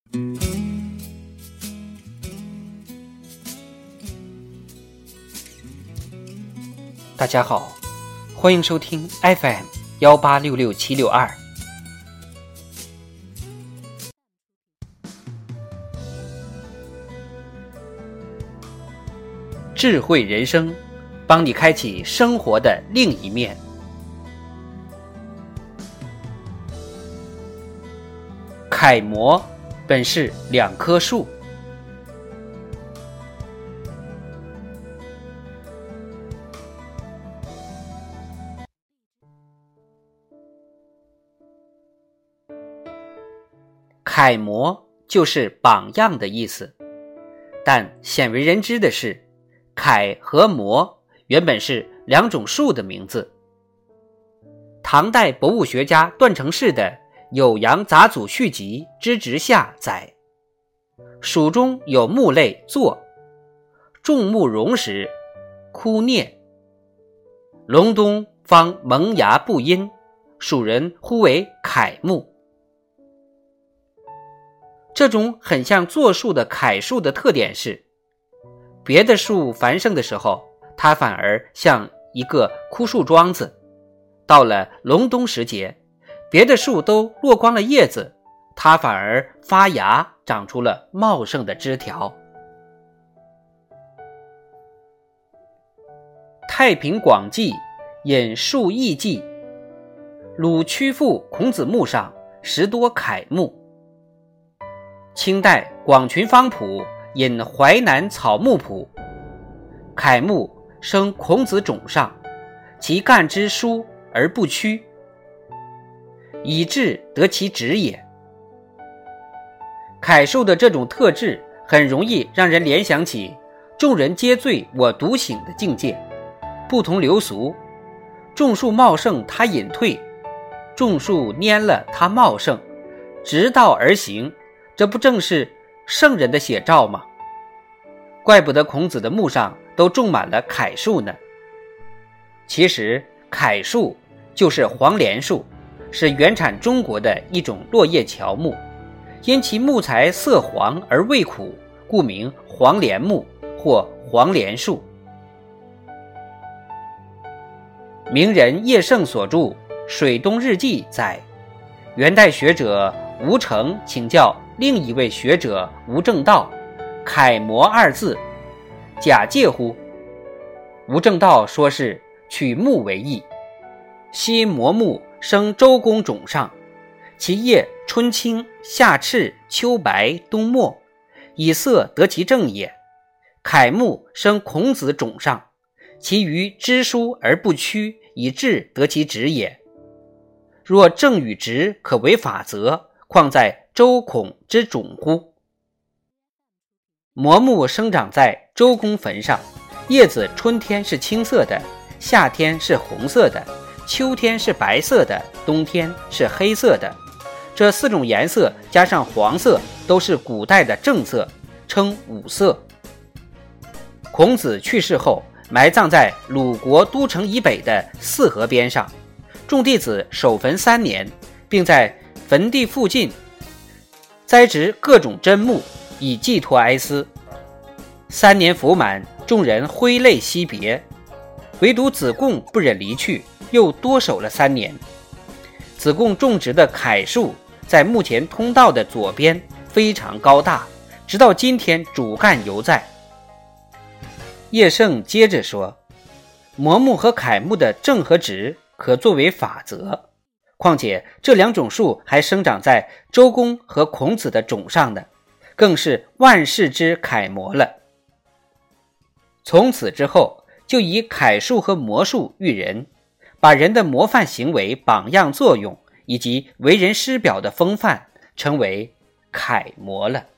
大家好，欢迎收听 FM1866762。智慧人生，帮你开启生活的另一面。楷模本是两棵树。楷模就是榜样的意思，但鲜为人知的是，楷和模原本是两种树的名字。唐代博物学家段成式的《酉阳杂祖续集之直下》载，蜀中有木类柞，种木荣时，枯孽。隆冬方萌芽不阴，蜀人呼为楷木。这种很像柞树的楷树的特点是，别的树繁盛的时候，它反而像一个枯树桩子；到了隆冬时节，别的树都落光了叶子，它反而发芽，长出了茂盛的枝条。太平广记引述异记，鲁曲阜孔子墓上实多楷木。清代广群方谱引淮南草木谱，楷木生孔子冢上，其干之疏而不曲，以致得其直也。楷树的这种特质很容易让人联想起众人皆醉我独醒的境界，不同流俗。种树茂盛它隐退，种树蔫了它茂盛，直道而行，这不正是圣人的写照吗？怪不得孔子的墓上都种满了楷树呢。其实楷树就是黄连树，是原产中国的一种落叶乔木，因其木材色黄而味苦，故名黄连木或黄连树。名人叶圣所著《水东日记》载，元代学者吴澄请教另一位学者吴正道，楷模二字假借乎？吴正道说是取木为义。昔模木生周公冢上，其叶春青，夏赤，秋白，冬没，以色得其正也。楷木生孔子冢上，其余枝疏而不曲，以致得其直也。若正与直可为法则，况在周孔之冢乎？模木生长在周公坟上，叶子春天是青色的，夏天是红色的，秋天是白色的，冬天是黑色的。这四种颜色加上黄色，都是古代的正色，称五色。孔子去世后，埋葬在鲁国都城以北的泗河边上，众弟子守坟3年，并在坟地附近栽植各种珍木，以寄托哀思。3年服满，众人挥泪惜别，唯独子贡不忍离去，又多守了3年。子贡种植的楷树在目前通道的左边，非常高大，直到今天主干犹在。叶圣接着说，模木和楷木的正和直可作为法则，况且这两种树还生长在周公和孔子的冢上的，更是万世之楷模了。从此之后，就以楷树和模树喻人，把人的模范行为、榜样作用以及为人师表的风范称为楷模了。